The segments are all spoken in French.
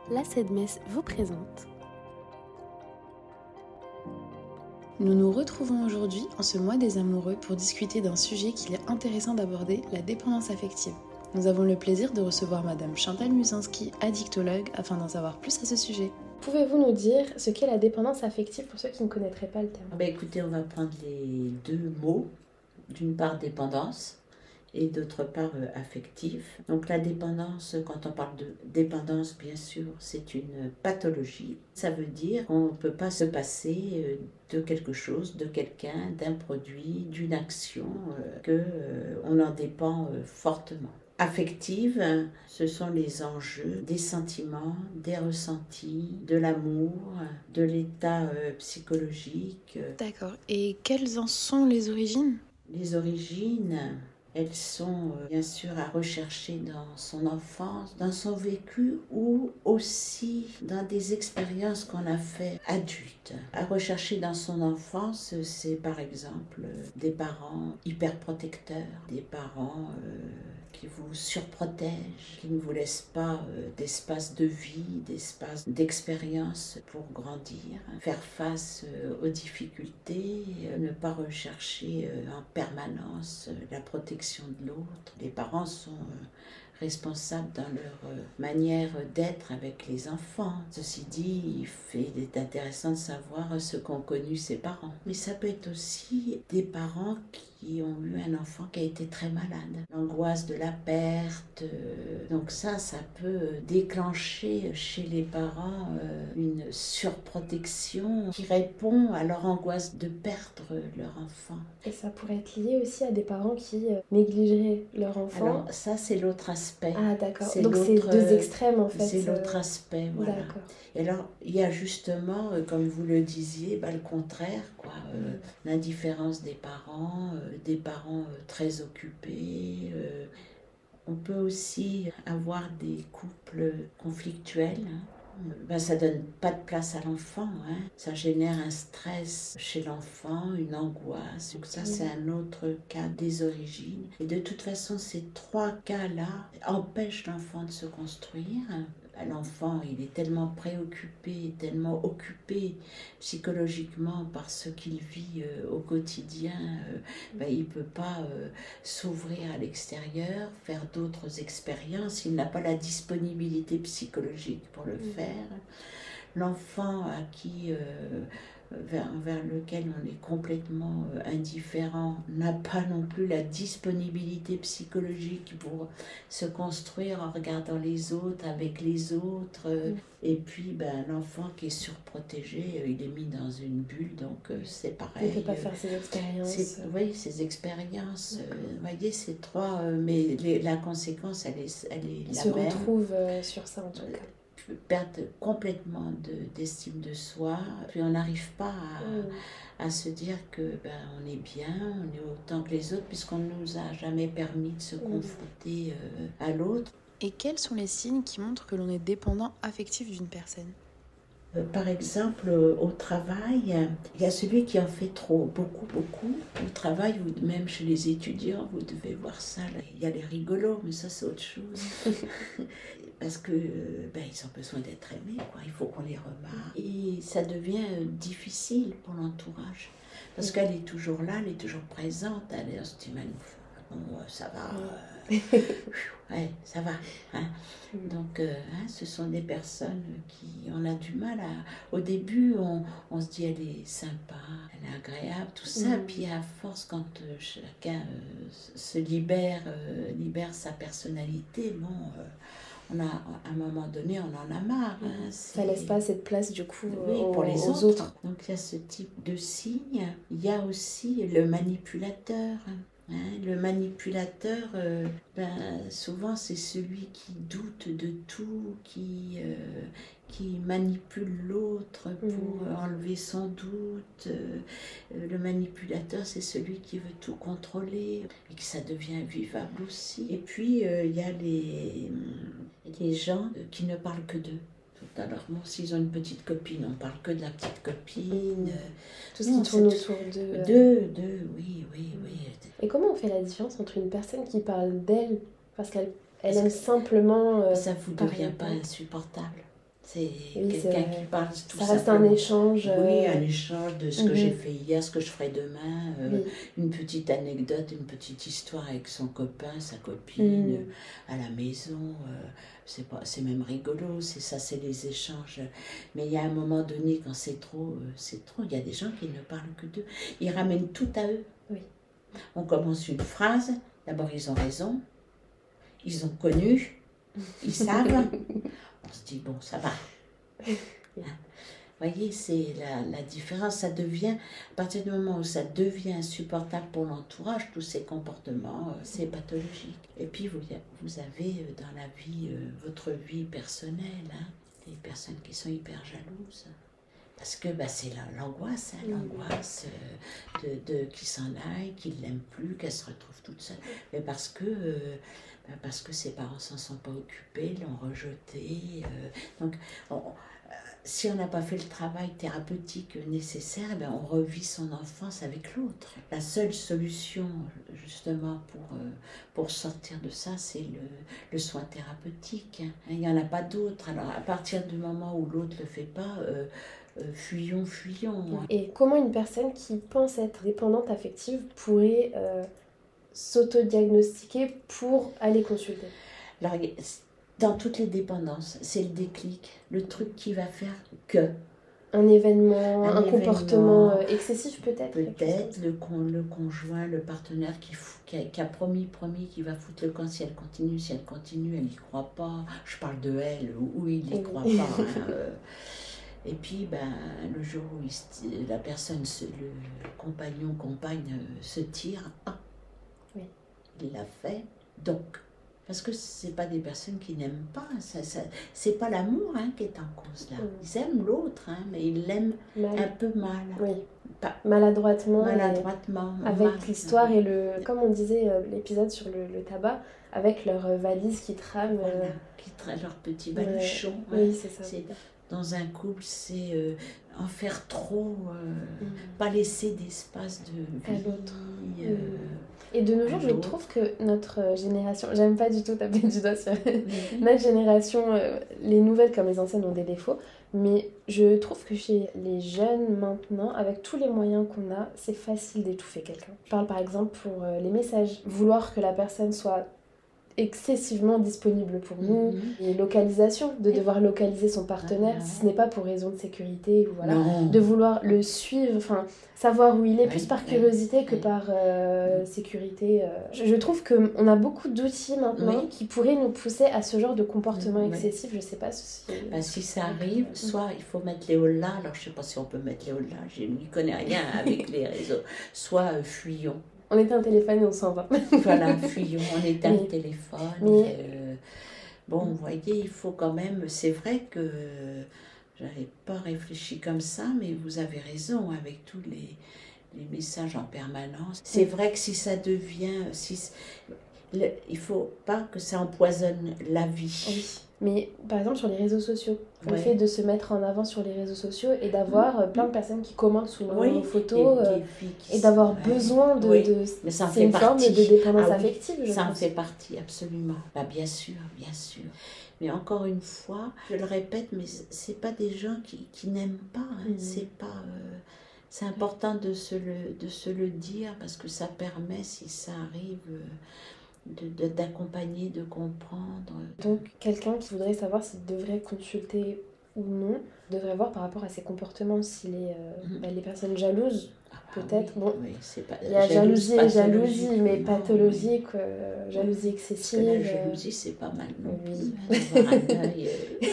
la CEDMES vous présente. Nous nous retrouvons aujourd'hui en ce mois des amoureux pour discuter d'un sujet qu'il est intéressant d'aborder, la dépendance affective. Nous avons le plaisir de recevoir Madame Chantal Musinski, addictologue, afin d'en savoir plus à ce sujet. Pouvez-vous nous dire ce qu'est la dépendance affective pour ceux qui ne connaîtraient pas le terme ? Écoutez, on va prendre les deux mots, d'une part dépendance et d'autre part affectif. Donc la dépendance, quand on parle de dépendance, bien sûr, c'est une pathologie. Ça veut dire qu'on ne peut pas se passer de quelque chose, de quelqu'un, d'un produit, d'une action, qu'on en dépend fortement. Affective, ce sont les enjeux des sentiments, des ressentis, de l'amour, de l'état psychologique. D'accord. Et quelles en sont les origines ? Les origines, elles sont bien sûr à rechercher dans son enfance, dans son vécu ou aussi dans des expériences qu'on a fait adultes. À rechercher dans son enfance, c'est par exemple des parents hyper protecteurs, des parents qui vous surprotègent, qui ne vous laissent pas d'espace de vie, d'espace d'expérience pour grandir, faire face aux difficultés, ne pas rechercher en permanence la protection de l'autre. Les parents sont responsables dans leur manière d'être avec les enfants. Ceci dit, il est intéressant de savoir ce qu'ont connu ses parents. Mais ça peut être aussi des parents qui ont eu un enfant qui a été très malade. L'angoisse de la perte. Donc ça peut déclencher chez les parents une surprotection qui répond à leur angoisse de perdre leur enfant. Et ça pourrait être lié aussi à des parents qui négligeraient leur enfant. Alors ça, c'est l'autre aspect. Ah d'accord, donc c'est deux extrêmes en fait. C'est l'autre aspect, voilà. D'accord. Et alors, il y a justement, comme vous le disiez, le contraire, l'indifférence des parents très occupés. On peut aussi avoir des couples conflictuels. Ça donne pas de place à l'enfant, Ça génère un stress chez l'enfant, une angoisse. Donc ça, c'est un autre cas des origines. Et de toute façon, ces trois cas-là empêchent l'enfant de se construire. L'enfant, il est tellement préoccupé, tellement occupé psychologiquement par ce qu'il vit au quotidien, il ne peut pas s'ouvrir à l'extérieur, faire d'autres expériences, il n'a pas la disponibilité psychologique pour le faire. L'enfant à qui... vers lequel on est complètement indifférent, n'a pas non plus la disponibilité psychologique pour se construire en regardant les autres, avec les autres. Et puis, l'enfant qui est surprotégé, il est mis dans une bulle, donc c'est pareil. Il ne peut pas faire ses expériences. Oui, ses expériences. Vous voyez, c'est trois, mais la conséquence, elle est la même. Il se retrouve sur ça en tout cas. Perte complètement d'estime de soi, puis on n'arrive pas à se dire que on est bien, on est autant que les autres, puisqu'on ne nous a jamais permis de se confronter à l'autre. Et quels sont les signes qui montrent que l'on est dépendant affectif d'une personne ? Par exemple, au travail, il y a celui qui en fait trop, beaucoup. Au travail, ou même chez les étudiants, vous devez voir ça. Là. Il y a les rigolos, mais ça, c'est autre chose. Parce que ils ont besoin d'être aimés, il faut qu'on les remarque. Et ça devient difficile pour l'entourage. Parce qu'elle est toujours là, elle est toujours présente. Elle est ça va. Ouais, ça va. Donc, ce sont des personnes qui on a du mal à... Au début, on se dit, elle est sympa, elle est agréable, tout ça. Puis à force, quand chacun se libère sa personnalité, on a, à un moment donné, on en a marre. Ça laisse pas cette place, du coup, pour les aux autres. Donc, il y a ce type de signe. Il y a aussi le manipulateur. Le manipulateur, souvent c'est celui qui doute de tout, qui manipule l'autre pour enlever son doute. Le manipulateur, c'est celui qui veut tout contrôler et que ça devient vivable aussi. Et puis, il y a les gens qui ne parlent que d'eux. Alors, s'ils ont une petite copine, on parle que de la petite copine. Tout ce qui tourne autour d'eux. Oui. Et comment on fait la différence entre une personne qui parle d'elle, parce qu'elle aime simplement... ça ne vous devient pas insupportable. C'est Oui, c'est quelqu'un vrai. qui parle tout Ça reste simplement. un échange. Oui, un échange de ce que Mhm. j'ai fait hier, ce que je ferai demain, Oui. une petite anecdote, une petite histoire avec son copain, sa copine, Mhm. à la maison. C'est même rigolo, c'est ça, c'est les échanges. Mais il y a un moment donné, quand c'est trop, c'est trop. Il y a des gens qui ne parlent que d'eux. Ils ramènent tout à eux. Oui. On commence une phrase, d'abord ils ont raison, ils ont connu, ils savent. On se dit, bon, ça va. Vous voyez, c'est la différence. Ça devient, à partir du moment où ça devient insupportable pour l'entourage, tous ces comportements, c'est pathologique. Et puis, vous avez dans la vie, votre vie personnelle, hein, des personnes qui sont hyper jalouses. Parce que c'est l'angoisse, hein, l'angoisse qui s'en aille, qu'il ne l'aime plus, qu'elle se retrouve toute seule. Mais parce que ses parents ne s'en sont pas occupés, l'ont rejeté. Donc, si on n'a pas fait le travail thérapeutique nécessaire, on revit son enfance avec l'autre. La seule solution, justement, pour sortir de ça, c'est le soin thérapeutique. Hein. Il n'y en a pas d'autre. Alors, à partir du moment où l'autre ne le fait pas, fuyons. Et comment une personne qui pense être dépendante affective pourrait s'auto-diagnostiquer pour aller consulter? Alors, dans toutes les dépendances, c'est le déclic, le truc qui va faire que. Un événement, un comportement excessif peut-être. Peut-être le conjoint, le partenaire qui a promis qu'il va foutre le camp si elle continue, elle n'y croit pas. Je parle de elle, ou il n'y croit pas. Hein, Et puis, le jour où la personne, le compagne se tire, oui. Il l'a fait, donc. Parce que ce n'est pas des personnes qui n'aiment pas, c'est pas l'amour qui est en cause là. Ils aiment l'autre, mais ils l'aiment un peu mal. Oui, maladroitement. Avec l'histoire et comme on disait, l'épisode sur le tabac, avec leur valise qui trame. Voilà, qui trame leur petit baluchon. Oui, c'est ça. Dans un couple, c'est en faire trop, pas laisser d'espace de vie. À l'autre. Et de nos jours, je trouve que notre génération, j'aime pas du tout taper du doigt sur notre génération, les nouvelles comme les anciennes ont des défauts, mais je trouve que chez les jeunes maintenant, avec tous les moyens qu'on a, c'est facile d'étouffer quelqu'un. Je parle par exemple pour les messages, vouloir que la personne soit excessivement disponible pour nous, et localisation, de devoir localiser son partenaire, si ce n'est pas pour raison de sécurité, voilà, de vouloir le suivre, enfin savoir où il est, plus par curiosité que par sécurité. Je trouve qu'on a beaucoup d'outils maintenant qui pourraient nous pousser à ce genre de comportement excessif. Je sais pas si... si ça arrive, soit il faut mettre les hollas, alors je sais pas si on peut mettre les hollas, je n'y connais rien avec les réseaux, soit fuyons. On éteint un téléphone et on s'en va. Voilà, fuyons, on éteint le téléphone. Bon, vous voyez, il faut quand même... C'est vrai que j'avais pas réfléchi comme ça, mais vous avez raison, avec tous les messages en permanence. C'est vrai que si ça devient... il faut pas que ça empoisonne la vie. Oui. Mais par exemple sur les réseaux sociaux, le fait de se mettre en avant sur les réseaux sociaux et d'avoir plein de personnes qui commentent sous nos photos et d'avoir besoin de mais ça c'est une forme de dépendance affective, je ça pense. en fait partie, absolument. Bien sûr. Mais encore une fois, je le répète, mais c'est pas des gens qui n'aiment pas. C'est pas... c'est important de se le dire parce que ça permet, si ça arrive... d'accompagner, de comprendre. Donc quelqu'un qui voudrait savoir s'il devrait consulter ou non, devrait voir par rapport à ses comportements, si les personnes jalouses, peut-être, il y a jalousie et jalousie, mais pathologique, jalousie excessive. Parce que la jalousie, c'est pas mal non plus, avoir un œil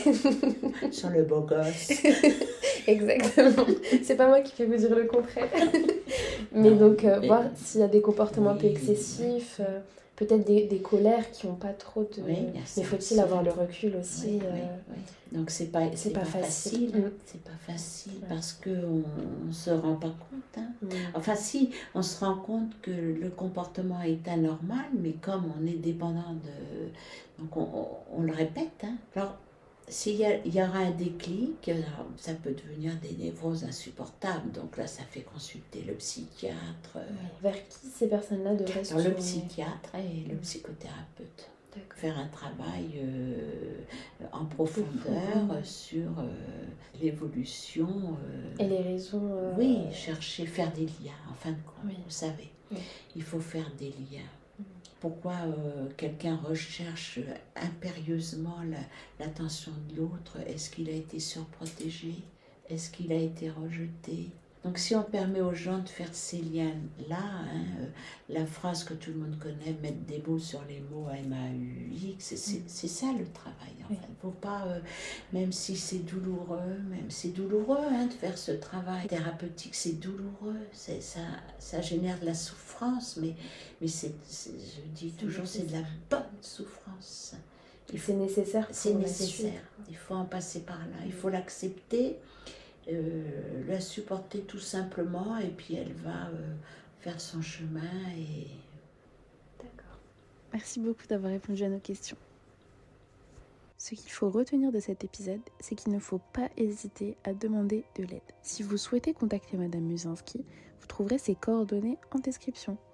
sur le beau gosse. Exactement, c'est pas moi qui vais vous dire le contraire. Mais voir s'il y a des comportements un peu excessifs, peut-être des colères qui n'ont pas trop de... mais faut-il avoir le recul aussi. Donc c'est pas facile. C'est pas facile parce qu'on ne se rend pas compte. Enfin si, on se rend compte que le comportement est anormal, mais comme on est dépendant de... Donc on le répète. Alors s'il y aura un déclic, alors, ça peut devenir des névroses insupportables. Donc là, ça fait consulter le psychiatre. Vers qui ces personnes-là devraient se tourner ? Le psychiatre et le psychothérapeute. faire un travail en profondeur sur l'évolution. Et les raisons. Oui, chercher, faire des liens, en fin de compte, Oui. vous savez. Oui. Il faut faire des liens. Pourquoi quelqu'un recherche impérieusement l'attention de l'autre? Est-ce qu'il a été surprotégé? Est-ce qu'il a été rejeté? Donc si on permet aux gens de faire ces liens-là, la phrase que tout le monde connaît, mettre des mots sur les mots MAUX, c'est ça le travail. En fait. Il ne faut pas, même si c'est douloureux, de faire ce travail thérapeutique, c'est douloureux, ça génère de la souffrance, mais je dis toujours, c'est de la bonne souffrance. C'est nécessaire. C'est nécessaire, il faut en passer par là, il faut l'accepter. La supporter tout simplement et puis elle va faire son chemin et... D'accord. Merci beaucoup d'avoir répondu à nos questions. Ce qu'il faut retenir de cet épisode, c'est qu'il ne faut pas hésiter à demander de l'aide. Si vous souhaitez contacter Madame Musinski, vous trouverez ses coordonnées en description.